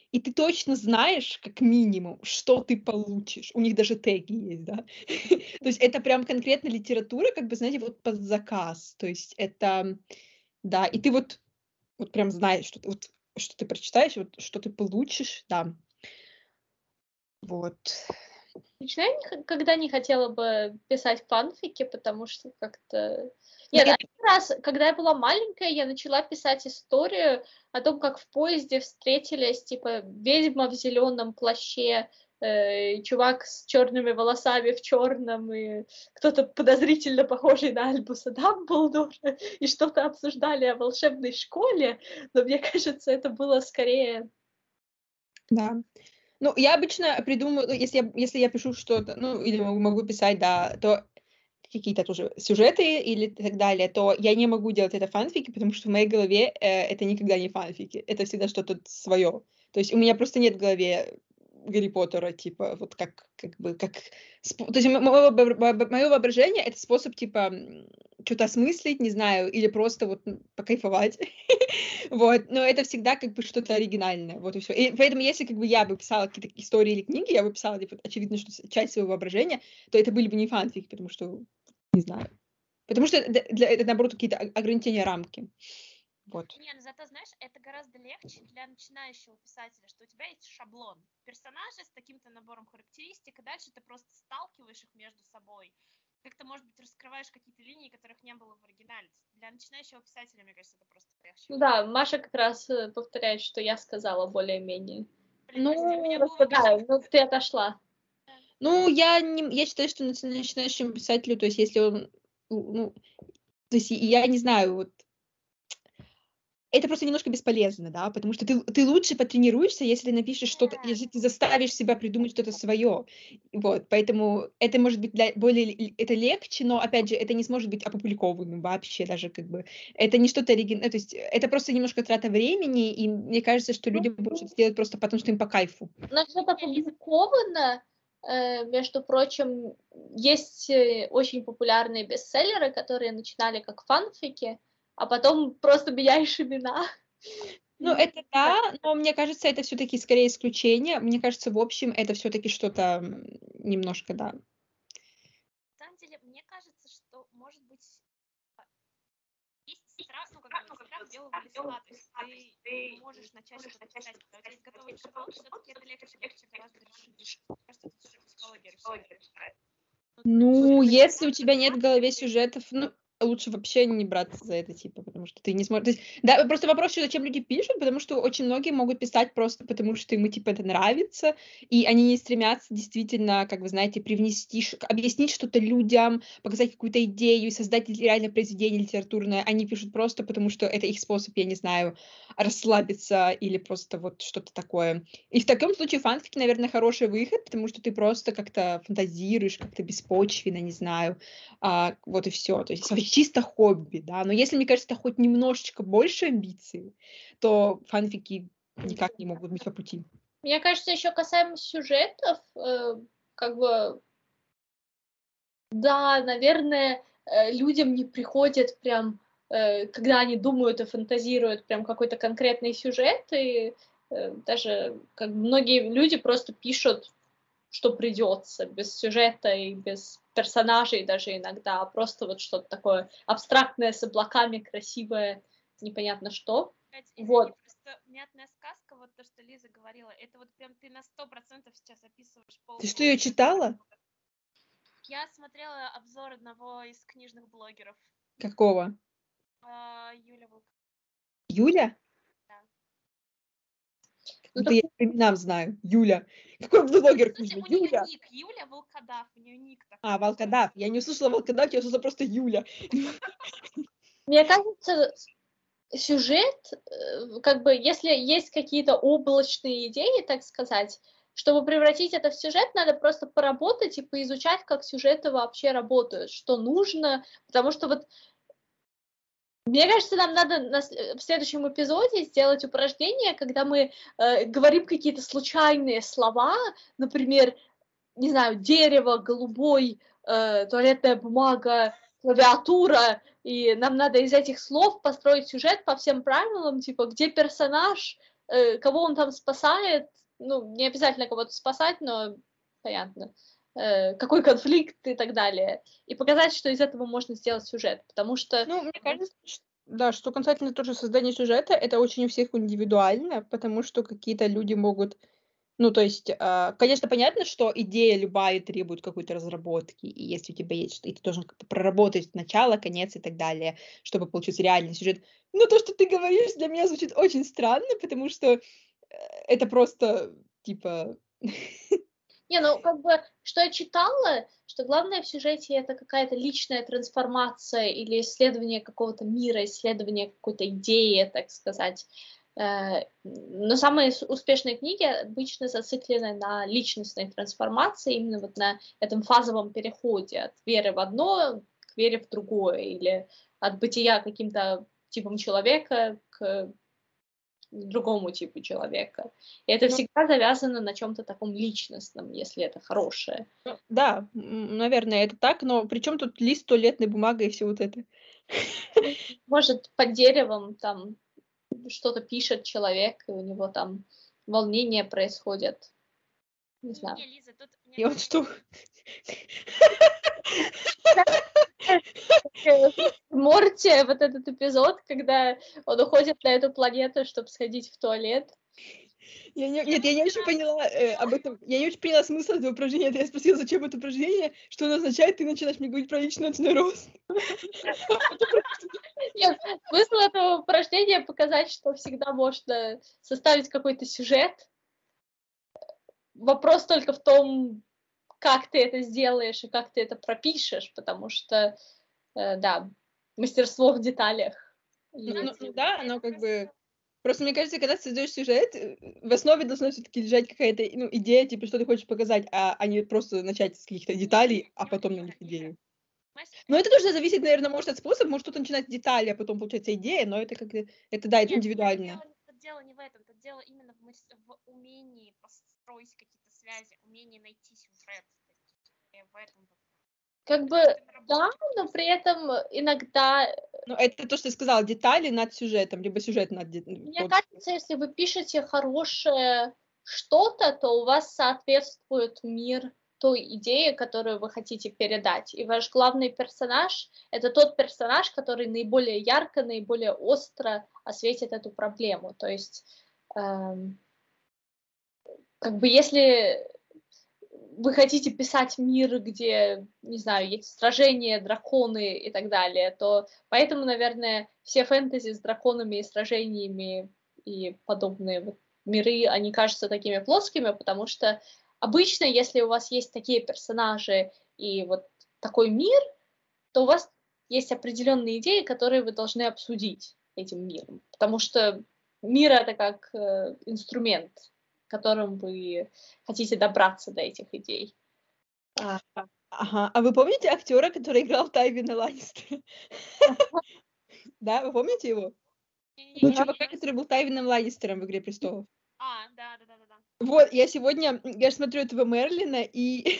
и ты точно знаешь, как минимум, что ты получишь. У них даже теги есть, да. То есть это прям конкретно литература, как бы, знаете, вот под заказ. То есть это, да, и ты вот прям знаешь, что ты прочитаешь, вот что ты получишь, да. Вот. Лично я никогда не хотела бы писать фанфики, потому что как-то... Ну, Нет, я один раз, когда я была маленькая, я начала писать историю о том, как в поезде встретились, типа, ведьма в зеленом плаще, чувак с черными волосами в черном, и кто-то подозрительно похожий на Альбуса Дамблдора, и что-то обсуждали о волшебной школе, но мне кажется, это было скорее... да. Ну, я обычно придумываю, ну, если я пишу что-то, ну, или могу писать, да, то какие-то тоже сюжеты или так далее, то я не могу делать это фанфики, потому что в моей голове это никогда не фанфики, это всегда что-то свое. То есть у меня просто нет в голове Гарри Поттера, типа, вот то есть мое воображение — это способ, типа, что-то осмыслить, не знаю, или просто вот покайфовать. Вот, но это всегда как бы что-то оригинальное, вот и все. И поэтому если как бы я бы писала какие-то истории или книги, я бы писала, типа, очевидно, что часть своего воображения, то это были бы не фанфики, потому что, не знаю, потому что это наоборот, какие-то ограничения, рамки. Вот. Не, ну зато, знаешь, это гораздо легче для начинающего писателя, что у тебя есть шаблон персонажа с таким-то набором характеристик, и дальше ты просто сталкиваешь их между собой. Как-то, может быть, раскрываешь какие-то линии, которых не было в оригинале. Для начинающего писателя, мне кажется, это просто легче. Ну да, Маша как раз повторяет, что я сказала более-менее. Блин, Ну, прости, у меня Просто было да, ну ты отошла. Ну, я считаю, что начинающему писателю, то есть если он, ну, то есть я не знаю, вот, это просто немножко бесполезно, да, потому что ты лучше потренируешься, если ты напишешь что-то, если ты заставишь себя придумать что-то свое. Вот, поэтому это может быть это легче, но, опять же, это не сможет быть опубликованным вообще даже, как бы. Это не что-то оригинальное, то есть это просто немножко трата времени, и мне кажется, что люди будут это делать просто потому, что им по кайфу. Но что-то опубликовано, между прочим, есть очень популярные бестселлеры, которые начинали как фанфики, а потом просто меняешь имена. Ну, это да, но мне кажется, это все-таки скорее исключение. Мне кажется, в общем, это все-таки что-то немножко, да. На самом деле, мне кажется, что, может быть, есть страх, ну, как бы, страх белого листа, то есть ты можешь начать что-то писать, когда у тебя есть готовый шаблон, все-таки это легче гораздо решить. Мне кажется, это уже психология решает. Ну, если у тебя нет в голове сюжетов, ну, лучше вообще не браться за это, типа, потому что ты не сможешь... То есть, да, просто вопрос, что зачем люди пишут, потому что очень многие могут писать просто потому, что ему, типа, это нравится, и они не стремятся действительно, как вы знаете, объяснить что-то людям, показать какую-то идею, создать реально произведение литературное. Они пишут просто потому, что это их способ, я не знаю, расслабиться или просто вот что-то такое. И в таком случае фанфики, наверное, хороший выход, потому что ты просто как-то фантазируешь, как-то беспочвенно, не знаю, вот и все. То есть чисто хобби, да. Но если, мне кажется, это хоть немножечко больше амбиций, то фанфики никак не могут быть по пути. Мне кажется, еще касаемо сюжетов, как бы, да, наверное, людям не приходит прям, когда они думают и фантазируют прям какой-то конкретный сюжет, и даже как бы многие люди просто пишут, что придется, без сюжета и без персонажей даже иногда, а просто вот что-то такое абстрактное с облаками, красивое, непонятно что. Извини, Вот. просто внятная сказка, вот то, что Лиза говорила, это вот прям ты на 100% сейчас описываешь полгода. Ты что, ее читала? Я смотрела обзор одного из книжных блогеров. Какого? Юля Волк. Юля? Да. Это я по именам знаю. Юля. Какой блогер книжный? У нее Юля. ник Юля Волкодав, у нее ник такой. Волкодав. Я не услышала Волкодав, я услышала просто Юля. Мне кажется, сюжет, как бы, если есть какие-то облачные идеи, так сказать, чтобы превратить это в сюжет, надо просто поработать и поизучать, как сюжеты вообще работают, что нужно, потому что вот мне кажется, нам надо в следующем эпизоде сделать упражнение, когда мы говорим какие-то случайные слова, например, не знаю, дерево, голубой, туалетная бумага, клавиатура, и нам надо из этих слов построить сюжет по всем правилам, типа, где персонаж, кого он там спасает, ну, не обязательно кого-то спасать, но понятно, какой конфликт и так далее. И показать, что из этого можно сделать сюжет, потому что... Ну, мне кажется, да, что касательно тоже создания сюжета, это очень у всех индивидуально, потому что какие-то люди могут... Ну, то есть, конечно, понятно, что идея любая требует какой-то разработки, и если у тебя есть, и ты должен как-то проработать начало, конец и так далее, чтобы получился реальный сюжет. Но то, что ты говоришь, для меня звучит очень странно, потому что это просто, типа... Не, ну, как бы, что я читала, что главное в сюжете это какая-то личная трансформация или исследование какого-то мира, исследование какой-то идеи, так сказать. Но самые успешные книги обычно зациклены на личностной трансформации, именно вот на этом фазовом переходе от веры в одно к вере в другое, или от бытия каким-то типом человека к другому типу человека. И это всегда завязано на чем-то таком личностном, если это хорошее. Да, наверное, это так, но при чем тут лист туалетной бумаги и все вот это? Может, под деревом там что-то пишет человек, и у него там волнения происходят. Не знаю. Не, Лиза, тут... И вот что... Морти, вот этот эпизод, когда он уходит на эту планету, чтобы сходить в туалет. Нет, я не очень поняла об этом. Я не очень поняла смысл этого упражнения. Я спросила, зачем это упражнение, что оно означает, ты начинаешь мне говорить про личностный рост. Нет, смысл этого упражнения показать, что всегда можно составить какой-то сюжет. Вопрос только в том, как ты это сделаешь и как ты это пропишешь, потому что, да, мастерство в деталях. Ну да, оно как бы... Просто мне кажется, когда ты создаешь сюжет, в основе должна все-таки лежать какая-то идея, типа, что ты хочешь показать, а не просто начать с каких-то деталей, а потом на них идею. Но это тоже зависит, наверное, может, от способа. Может, кто-то начинает с деталей, а потом получается идея, но это как-то... Это, да, это индивидуально. Тут дело не в этом, тут дело именно в умении построить какие-то связи, умении найти сюжет. В этом как бы, да, но при этом иногда... Ну, это то, что ты сказала, детали над сюжетом, либо сюжет над... Мне кажется, если вы пишете хорошее что-то, то у вас соответствует мир той идее, которую вы хотите передать. И ваш главный персонаж — это тот персонаж, который наиболее ярко, наиболее остро осветит эту проблему. То есть, как бы если вы хотите писать мир, где, не знаю, есть сражения, драконы и так далее, то поэтому, наверное, все фэнтези с драконами и сражениями и подобные вот миры, они кажутся такими плоскими, потому что обычно, если у вас есть такие персонажи и вот такой мир, то у вас есть определенные идеи, которые вы должны обсудить этим миром, потому что мир — это как инструмент, которым вы хотите добраться до этих идей. Ага. А вы помните актера, который играл Тайвина Ланнистера? Да, вы помните его? Ну, чувака, который был Тайвином Ланнистером в «Игре престолов». Да. Вот, я сегодня, я смотрю этого Мерлина, и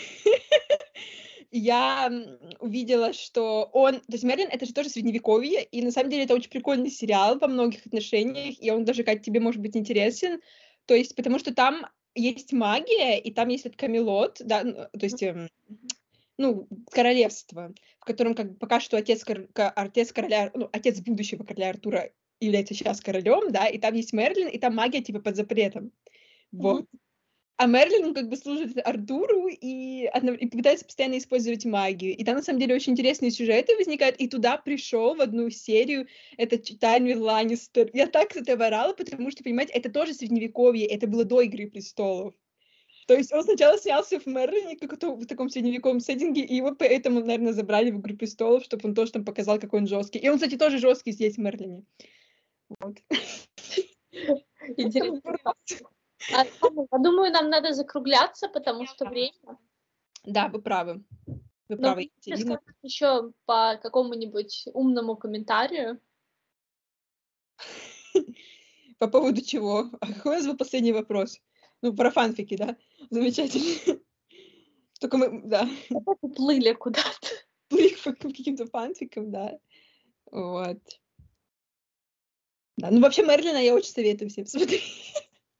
я увидела, что он... То есть Мерлин — это же тоже Средневековье, и на самом деле это очень прикольный сериал во многих отношениях, и он даже, Кать, тебе может быть интересен, то есть потому что там есть магия, и там есть этот Камелот, да, то есть, ну, королевство, в котором как бы пока что отец короля, ну, отец будущего короля Артура является сейчас королем, да, и там есть Мерлин, и там магия типа под запретом. Вот. А Мерлин, он как бы служит Артуру и пытается постоянно использовать магию. И там, на самом деле, очень интересные сюжеты возникают. И туда пришел в одну серию этот Тайвин Ланнистер. Я так с этого орала, потому что, понимаете, это тоже Средневековье, это было до «Игры престолов». То есть он сначала снялся в Мерлине, как-то в таком средневековом сеттинге, и его поэтому, наверное, забрали в «Игру престолов», чтобы он тоже там показал, какой он жесткий. И он, кстати, тоже жесткий здесь, в Мерлине. Вот. Интересно. Я думаю, нам надо закругляться, потому что время. Да, вы правы. Вы Но правы, Екатерина. Еще по какому-нибудь умному комментарию. По поводу чего? А какой у нас был последний вопрос? Ну, про фанфики, да? Замечательно. Только мы, да. Плыли куда-то. Плыли к каким-то фанфикам, да. Вот. Да, ну вообще Мерлина я очень советую всем смотреть.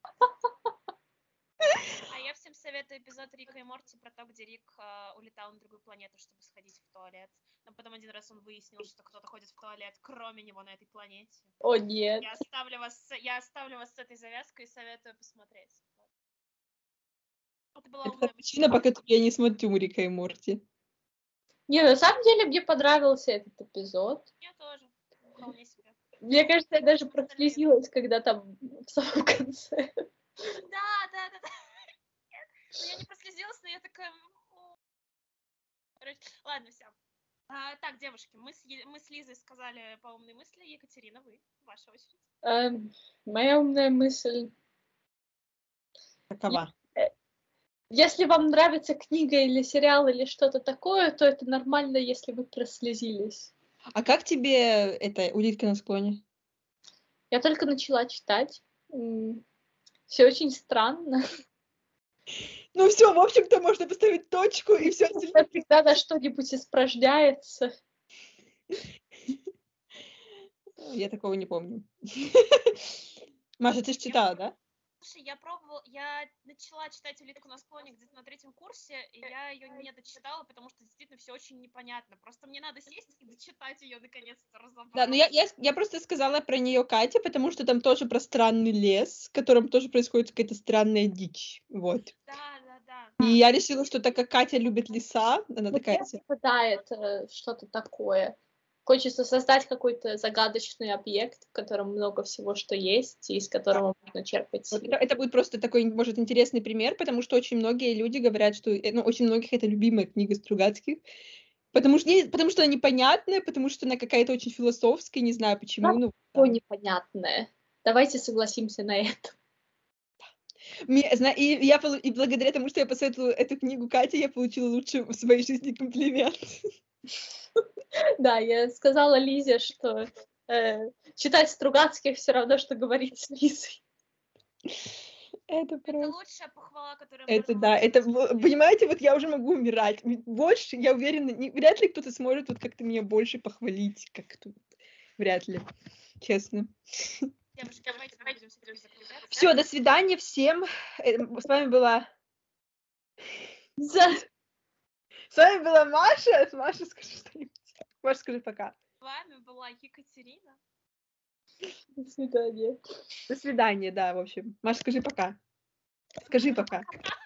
А я всем советую эпизод Рика и Морти про то, где Рик улетал на другую планету, чтобы сходить в туалет. Но потом один раз он выяснил, что кто-то ходит в туалет, кроме него на этой планете. О, нет. Я оставлю вас с этой завязкой и советую посмотреть. Это была Это умная причина, по которой я не смотрю Рика и Морти. Не, на самом деле мне понравился этот эпизод. Я тоже. Вполне себе. Мне кажется, я даже Остальные. прослезилась, когда там в самом конце. Да. Ну, я не прослезилась, но я такая... Короче, ладно, все. Так, девушки, мы с Лизой сказали по умной мысли. Екатерина, ваша очередь. Моя умная мысль. Какова? Если вам нравится книга или сериал или что-то такое, то это нормально, если вы прослезились. А как тебе это «Улитка на склоне»? Я только начала читать. Все очень странно. Ну все, в общем-то, можно поставить точку, и все. Всегда на что-нибудь испражняется. Я такого не помню. Маша, ты же читала, да? Слушай, я начала читать «Улитку на склоне» где-то на 3-м курсе, и я ее не дочитала, потому что действительно все очень непонятно. Просто мне надо сесть и дочитать ее наконец-то, разобрать. Да, но я просто сказала про нее Кате, потому что там тоже про странный лес, в котором тоже происходит какая-то странная дичь, вот. Да. И я решила, что так как Катя любит леса, она такая... Мне попадает что-то такое. Хочется создать какой-то загадочный объект, в котором много всего, что есть, и из которого можно черпать. Вот это будет просто такой, может, интересный пример, потому что очень многие люди говорят, что, ну, очень многих это любимая книга Стругацких, потому что она непонятная, потому что она какая-то очень философская, не знаю почему. Ну, да. Непонятное. Давайте согласимся на это. И благодаря тому, что я посоветовала эту книгу Кате, я получила лучший в своей жизни комплимент. Да, я сказала Лизе, что читать Стругацких все равно, что говорить с Лизой. Это лучшая похвала, которая это да, это, понимаете, вот я уже могу умирать. Больше, я уверена, вряд ли кто-то сможет вот как-то меня больше похвалить, как тут. Вряд ли, честно. Девушки, давайте будем закругляться. Все, до свидания всем. С вами была... С вами была Маша. Маша, скажи что-нибудь. Маша, скажи пока. С вами была Екатерина. До свидания. До свидания, да, в общем. Маша, скажи пока. Скажи пока.